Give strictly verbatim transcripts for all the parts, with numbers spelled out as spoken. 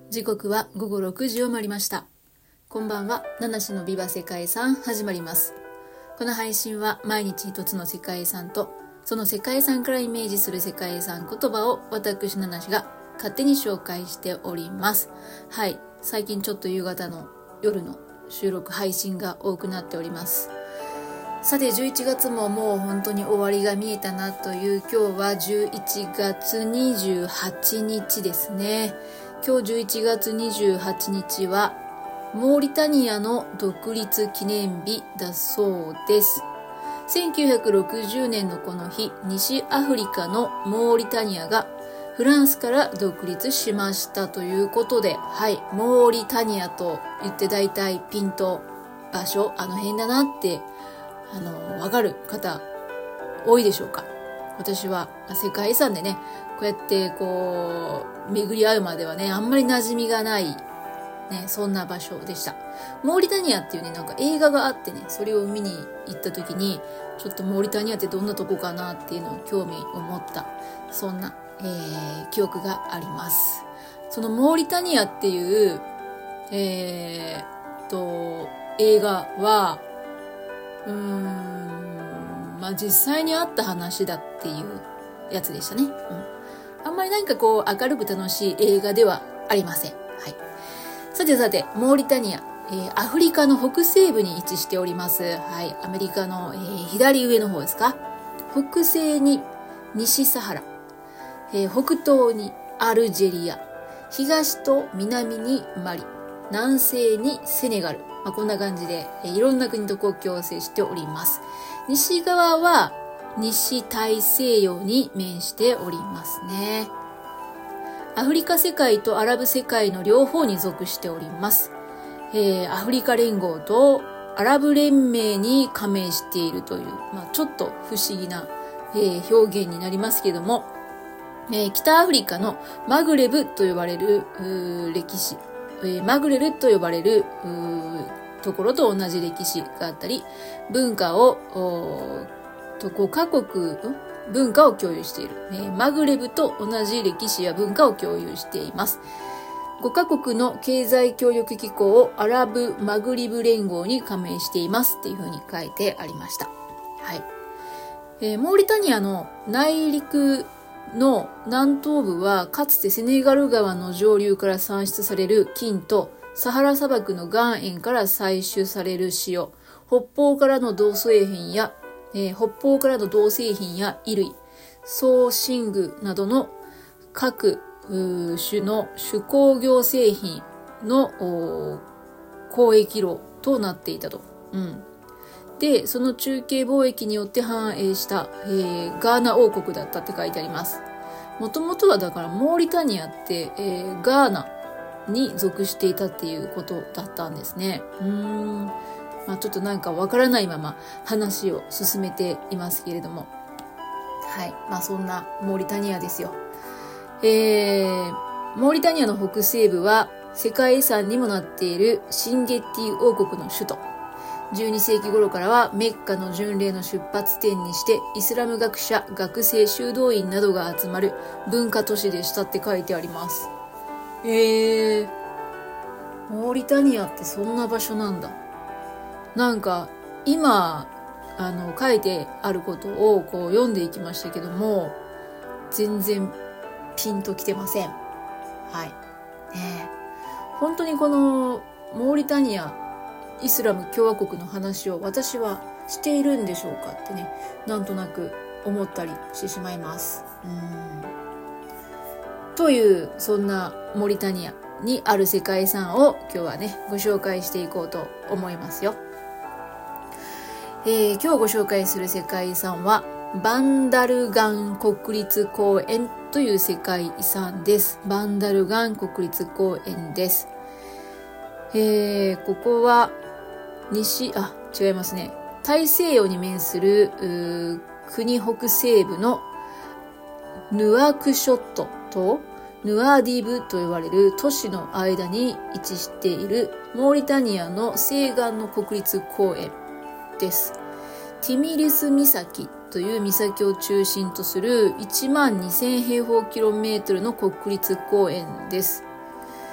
時刻はごごろくじを回りました。こんばんは。七種のビバ世界遺産始まります。この配信は毎日一つの世界遺産とその世界遺産からイメージする世界遺産言葉を私七種が勝手に紹介しております。はい、最近ちょっと夕方の夜の収録配信が多くなっております。さてじゅういちがつももう本当に終わりが見えたなという今日はじゅういちがつにじゅうはちにちですね。今日じゅういちがつにじゅうはちにちはモーリタニアの独立記念日だそうです。せんきゅうひゃくろくじゅうねんのこの日、西アフリカのモーリタニアがフランスから独立しましたということで、はい、モーリタニアと言ってだいたいピンと場所、あの辺だなってあのわかる方多いでしょうか。私は世界遺産でね、こうやってこう巡り合うまではね、あんまり馴染みがないね、そんな場所でした。モーリタニアっていうね、なんか映画があってね、それを見に行った時に、ちょっとモーリタニアってどんなとこかなっていうのを興味を持った、そんな、えー、記憶があります。そのモーリタニアっていう、えー、と、映画は、うーん、まあ実際にあった話だっていうやつでしたね。うん。あんまりなんかこう明るく楽しい映画ではありません。はい。さてさて、モーリタニア、えー、アフリカの北西部に位置しております。はい。アメリカの、えー、左上の方ですか。北西に西サハラ、えー、北東にアルジェリア、東と南にマリ、南西にセネガル。まあ、こんな感じで、えー、いろんな国と国境を接しております。西側は西大西洋に面しておりますね。アフリカ世界とアラブ世界の両方に属しております。えー、アフリカ連合とアラブ連盟に加盟しているという、まあ、ちょっと不思議な、えー、表現になりますけども、えー、北アフリカのマグレブと呼ばれる歴史、えー、マグレブと呼ばれるところと同じ歴史があったり、文化をとごカ国文化を共有している、えー、マグレブと同じ歴史や文化を共有しています。ごカ国の経済協力機構をアラブマグリブ連合に加盟していますっていうふうに書いてありました。はい。えー、モーリタニアの内陸の南東部はかつてセネガル川の上流から産出される金とサハラ砂漠の岩塩から採取される塩、北方からの銅製品や、えー、北方からの銅製品や衣類、装身具などの各種の手工業製品の交易路となっていたと。うん。で、その中継貿易によって繁栄した、えー、ガーナ王国だったって書いてあります。もともとはだからモーリタニアって、えー、ガーナに属していたっていうことだったんですね。うーん。まあちょっとなんかわからないまま話を進めていますけれども。はい。まあそんなモーリタニアですよ。えー、モーリタニアの北西部は世界遺産にもなっているシンゲッティ王国の首都。じゅうにせいき頃からはメッカの巡礼の出発点にしてイスラム学者、学生、修道院などが集まる文化都市でしたって書いてあります。えー、モーリタニアってそんな場所なんだ。なんか今あの書いてあることをこう読んでいきましたけども、全然ピンときてません。はい。ねえ。本当にこのモーリタニア、イスラム共和国の話を私はしているんでしょうかってね、なんとなく思ったりしてしまいます。うーん。という、そんなモーリタニアにある世界遺産を今日はね、ご紹介していこうと思いますよ。えー、今日ご紹介する世界遺産は、バンダルガン国立公園という世界遺産です。バンダルガン国立公園です。えー、ここは西、あ、違いますね。大西洋に面する国北西部のヌアクショットとヌアディブと呼ばれる都市の間に位置しているモーリタニアの西岸の国立公園です。ティミリス岬という岬を中心とするいちまんにせんへいほうキロメートルの国立公園です。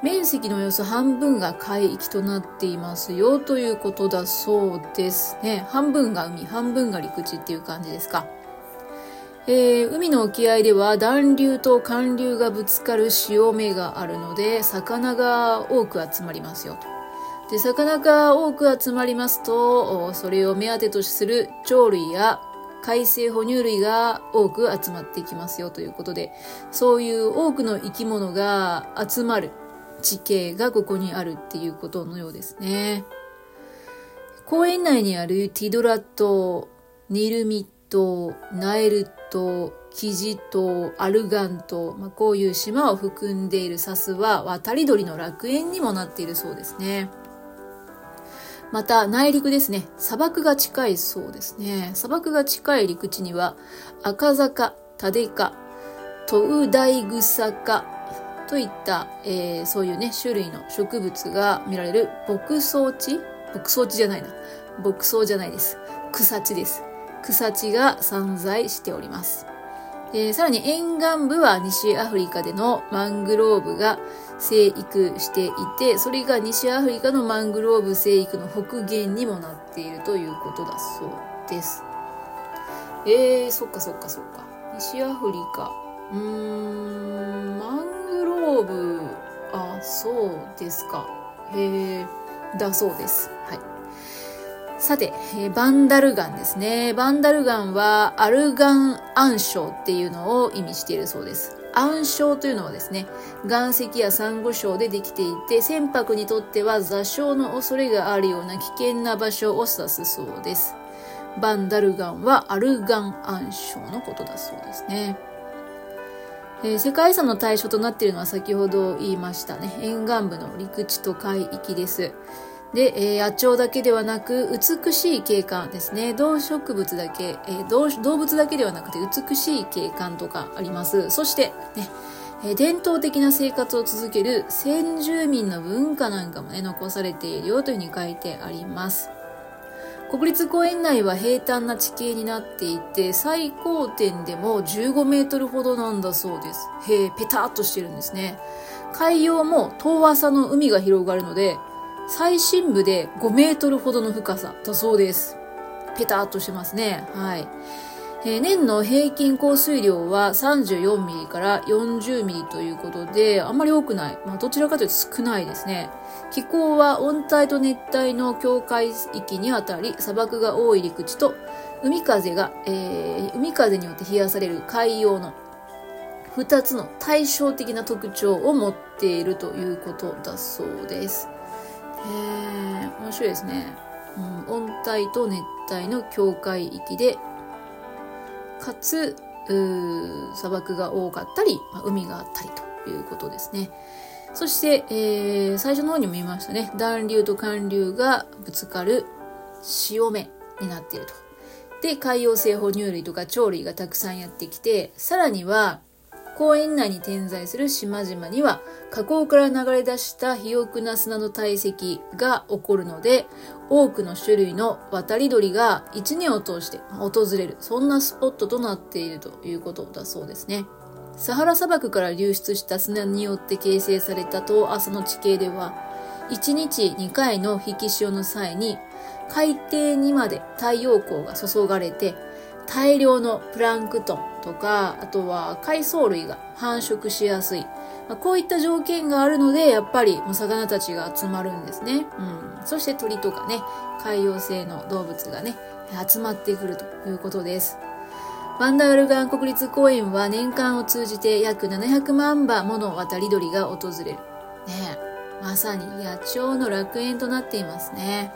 面積のおよそ半分が海域となっていますよということだそうですね。半分が海、半分が陸地っていう感じですか。えー、海の沖合では暖流と寒流がぶつかる潮目があるので、魚が多く集まりますよと。で、魚が多く集まりますと、それを目当てとする鳥類や海生哺乳類が多く集まってきますよということで、そういう多くの生き物が集まる地形がここにあるっていうことのようですね。公園内にあるティドラ島、ニルミ島、ナエル島、キジ島、アルガン島、まあ、こういう島を含んでいるサスは渡り鳥の楽園にもなっているそうですね。また内陸ですね、砂漠が近いそうですね。砂漠が近い陸地には赤坂、タデカ、トウダイグサ科といった、えー、そういうね種類の植物が見られる牧草地牧草地じゃないな牧草じゃないです草地です草地が散在しております。えー、さらに沿岸部は西アフリカでのマングローブが生育していて、それが西アフリカのマングローブ生育の北限にもなっているということだそうです。えー、そっかそっかそっか。西アフリカ。うーん、マングローブ、あ、そうですか。へー、だそうです。はい。さて、えー、バンダルガンですね。バンダルガンはアルガン暗礁っていうのを意味しているそうです。暗礁というのはですね、岩石やサンゴ礁でできていて、船舶にとっては座礁の恐れがあるような危険な場所を指すそうです。バンダルガンはアルガン暗礁のことだそうですね。えー、世界遺産の対象となっているのは先ほど言いましたね、沿岸部の陸地と海域です。で、えー、野鳥だけではなく美しい景観ですね。動植物だけ、えー、動、動物だけではなくて美しい景観とかあります。そしてね、えー、伝統的な生活を続ける先住民の文化なんかもね残されているよというふうに書いてあります。国立公園内は平坦な地形になっていて、最高点でもじゅうごメートルほどなんだそうです。へー、ペタッとしてるんですね。海洋も遠浅の海が広がるので、最深部でごメートルほどの深さだそうです。ペタッとしてますね。はい。えー、年の平均降水量はさんじゅうよんミリからよんじゅうミリということで、あんまり多くない。まあ、どちらかというと少ないですね。気候は温帯と熱帯の境界域にあたり、砂漠が多い陸地と海風が、えー、海風によって冷やされる海洋のふたつの対照的な特徴を持っているということだそうです。へー、面白いですね。うん、温帯と熱帯の境界域で、かつ砂漠が多かったり、まあ、海があったりということですね。そして、えー、最初の方にも言いましたね。暖流と寒流がぶつかる潮目になっていると。で、海洋生哺乳類とか鳥類がたくさんやってきて、さらには公園内に点在する島々には河口から流れ出した肥沃な砂の堆積が起こるので、多くの種類の渡り鳥が一年を通して訪れる、そんなスポットとなっているということだそうですね。サハラ砂漠から流出した砂によって形成された遠浅の地形では、いちにちにかいの引き潮の際に海底にまで太陽光が注がれて、大量のプランクトンとか、あとは海藻類が繁殖しやすい、まあ、こういった条件があるので、やっぱり魚たちが集まるんですね。うん、そして鳥とかね、海洋性の動物がね集まってくるということです。バンダルガン国立公園は年間を通じて約ななひゃくまんばもの渡り鳥が訪れる、ね、まさに野鳥の楽園となっていますね。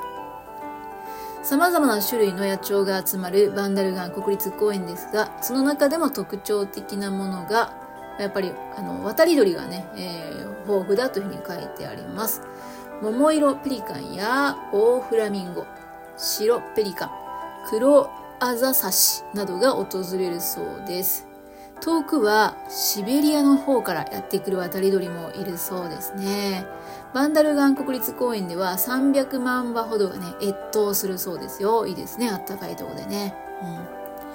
様々な種類の野鳥が集まるバンダルガン国立公園ですが、その中でも特徴的なものがやっぱりあの渡り鳥がね、えー、豊富だというふうに書いてあります。桃色ペリカンやオオフラミンゴ、白ペリカン、黒アザサシなどが訪れるそうです。遠くはシベリアの方からやってくる渡り鳥もいるそうですね。バンダルガン国立公園ではさんびゃくまんばほどがね越冬するそうですよ。いいですね、あったかいところでね、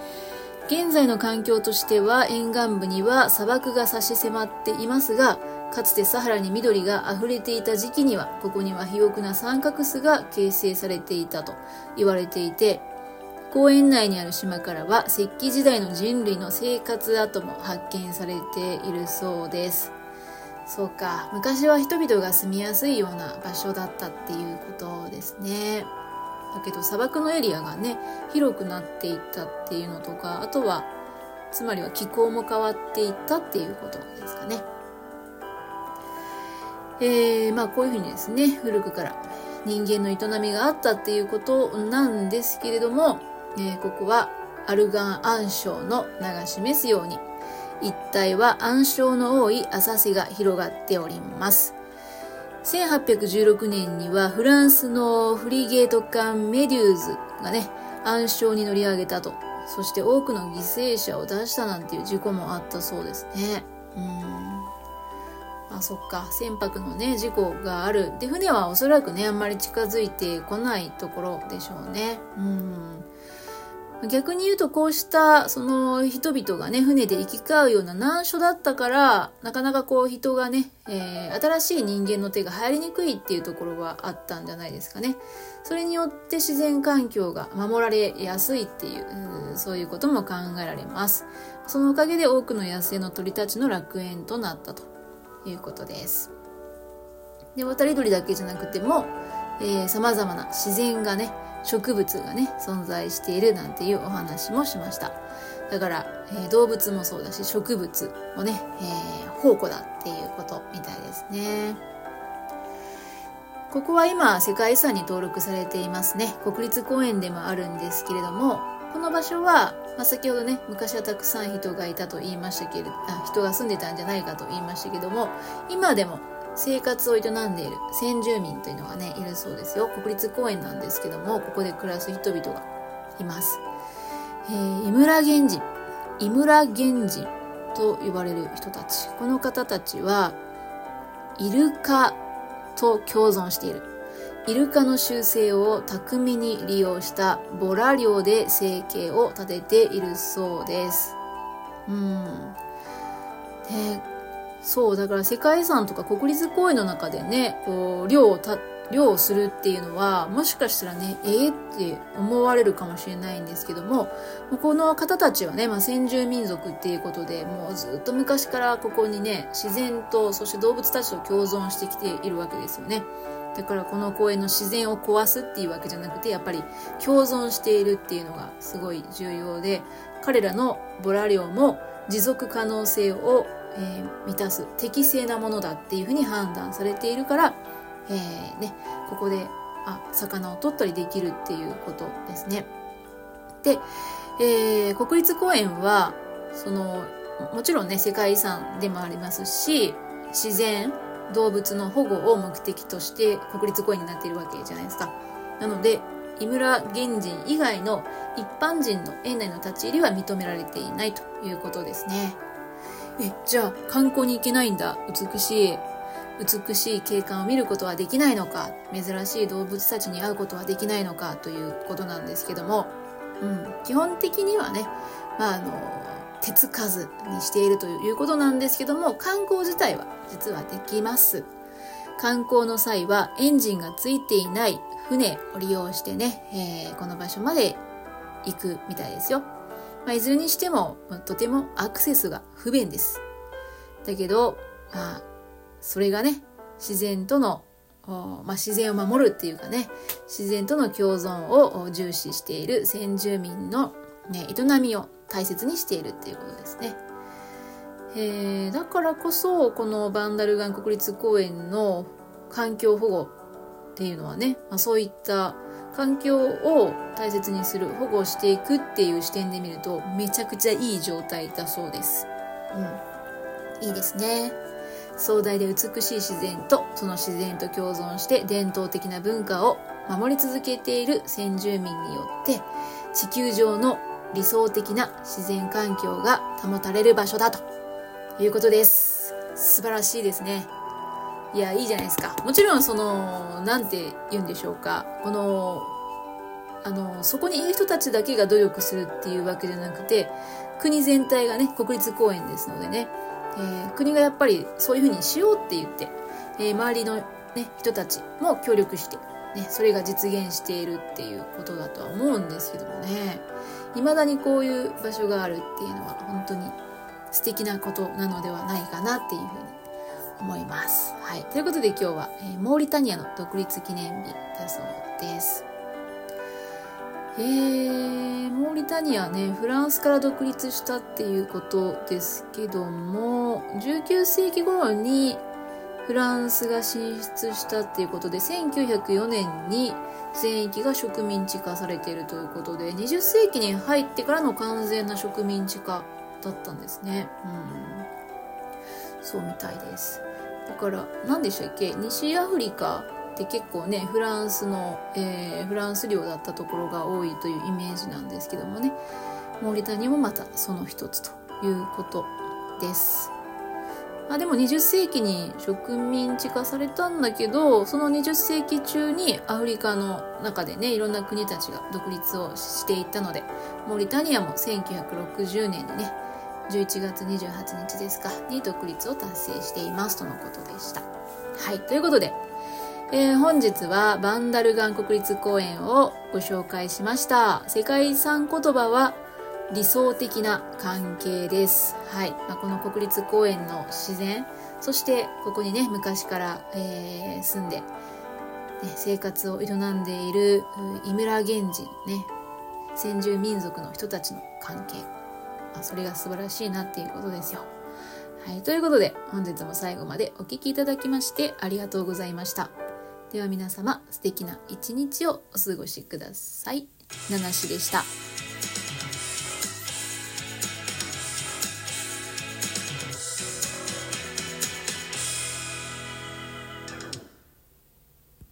うん、現在の環境としては沿岸部には砂漠が差し迫っていますが、 かつてサハラに緑が溢れていた時期には、ここには肥沃な三角巣が形成されていたと言われていて、公園内にある島からは石器時代の人類の生活跡も発見されているそうです。そうか、昔は人々が住みやすいような場所だったっていうことですね。だけど砂漠のエリアがね、広くなっていったっていうのとか、あとはつまりは気候も変わっていったっていうことですかね。えー、まあこういうふうにですね、古くから人間の営みがあったっていうことなんですけれども、えー、ここはアルガン暗礁の名が示すように、一帯は暗礁の多い浅瀬が広がっております。せんはっぴゃくじゅうろくねんにはフランスのフリゲート艦メデューズがね、暗礁に乗り上げたと、そして多くの犠牲者を出したなんていう事故もあったそうですね。うーんあ、そっか、船舶のね、事故がある。で、船はおそらくね、あんまり近づいてこないところでしょうね。うん。逆に言うと、こうしたその人々がね、船で行き交うような難所だったから、なかなかこう人がね、えー、新しい人間の手が入りにくいっていうところはあったんじゃないですかね。それによって自然環境が守られやすいっていう、うそういうことも考えられます。そのおかげで多くの野生の鳥たちの楽園となったということです。で、渡り鳥だけじゃなくても、えー、様々な自然がね、植物がね、存在しているなんていうお話もしました。だから、えー、動物もそうだし、植物もね、えー、宝庫だっていうことみたいですね。ここは今、世界遺産に登録されていますね。国立公園でもあるんですけれども、この場所は、まあ、先ほどね、昔はたくさん人がいたと言いましたけれど、あ、人が住んでたんじゃないかと言いましたけども、今でも生活を営んでいる先住民というのがね、いるそうですよ。国立公園なんですけども、ここで暮らす人々がいます。えー、イムラ原人、イムラ原人と呼ばれる人たち。この方たちは、イルカと共存している。イルカの習性を巧みに利用したボラ漁で生計を立てているそうです。うん。で、そう、だから世界遺産とか国立公園の中でね、こう、漁をた、漁をするっていうのは、もしかしたらね、えーって思われるかもしれないんですけども、この方たちはね、まあ、先住民族っていうことで、もうずっと昔からここにね、自然と、そして動物たちと共存してきているわけですよね。だからこの公園の自然を壊すっていうわけじゃなくて、やっぱり共存しているっていうのがすごい重要で、彼らのボラ漁も持続可能性をえー、満たす適正なものだっていうふうに判断されているから、えーね、ここであ魚を取ったりできるっていうことですね。で、えー、国立公園はそのもちろんね世界遺産でもありますし、自然動物の保護を目的として国立公園になっているわけじゃないですか。なのでイムラ原人以外の一般人の園内の立ち入りは認められていないということですね。え、じゃあ観光に行けないんだ。美しい、美しい景観を見ることはできないのか。珍しい動物たちに会うことはできないのかということなんですけども、うん、基本的にはね、まあ、あの、手つかずにしているということなんですけども、観光自体は実はできます。観光の際はエンジンがついていない船を利用してね、えー、この場所まで行くみたいですよ。まあ、いずれにしても、まあ、とてもアクセスが不便です。だけど、まあ、それがね、自然との、まあ、自然を守るっていうかね、自然との共存を重視している先住民の、ね、営みを大切にしているっていうことですね。えー、だからこそ、このバンダルガン国立公園の環境保護っていうのはね、まあ、そういった環境を大切にする、保護していくっていう視点で見るとめちゃくちゃいい状態だそうです。うん、いいですね。壮大で美しい自然とその自然と共存して伝統的な文化を守り続けている先住民によって地球上の理想的な自然環境が保たれる場所だということです。素晴らしいですね。いや、いいじゃないですか。もちろんそのなんて言うんでしょうか、このあのそこにいる人たちだけが努力するっていうわけじゃなくて、国全体がね、国立公園ですのでね、 えー、国がやっぱりそういうふうにしようって言って、えー、周りの、ね、人たちも協力して、ね、それが実現しているっていうことだとは思うんですけどもね、未だにこういう場所があるっていうのは本当に素敵なことなのではないかなっていうふうに思います。はい、ということで今日は、えー、モーリタニアの独立記念日だそうです。えー、モーリタニアね、フランスから独立したっていうことですけども、じゅうきゅうせいき頃にフランスが進出したっていうことで、せんきゅうひゃくよねんに全域が植民地化されているということで、にじゅっせいきに入ってからの完全な植民地化だったんですね。うん、そうみたいです。だから何でしたっけ、西アフリカって結構ね、フランスの、えー、フランス領だったところが多いというイメージなんですけどもね、モーリタニアもまたその一つということです。まあ、でもにじゅっせいきに植民地化されたんだけど、そのにじゅっせいき中にアフリカの中でね、いろんな国たちが独立をしていったので、モーリタニアもせんきゅうひゃくろくじゅうねんにね、じゅういちがつにじゅうはちにちですかに独立を達成していますとのことでした。はい、ということで、えー、本日はバンダルガン国立公園をご紹介しました。世界遺産言葉は理想的な関係です。はい、まあ、この国立公園の自然、そしてここにね、昔から、えー、住んで、ね、生活を営んでいるイムラ原人ね、先住民族の人たちの関係、まあ、それが素晴らしいなっていうことですよ。はい、ということで本日も最後までお聞きいただきましてありがとうございました。では皆様、素敵な一日をお過ごしください。ナナシでした。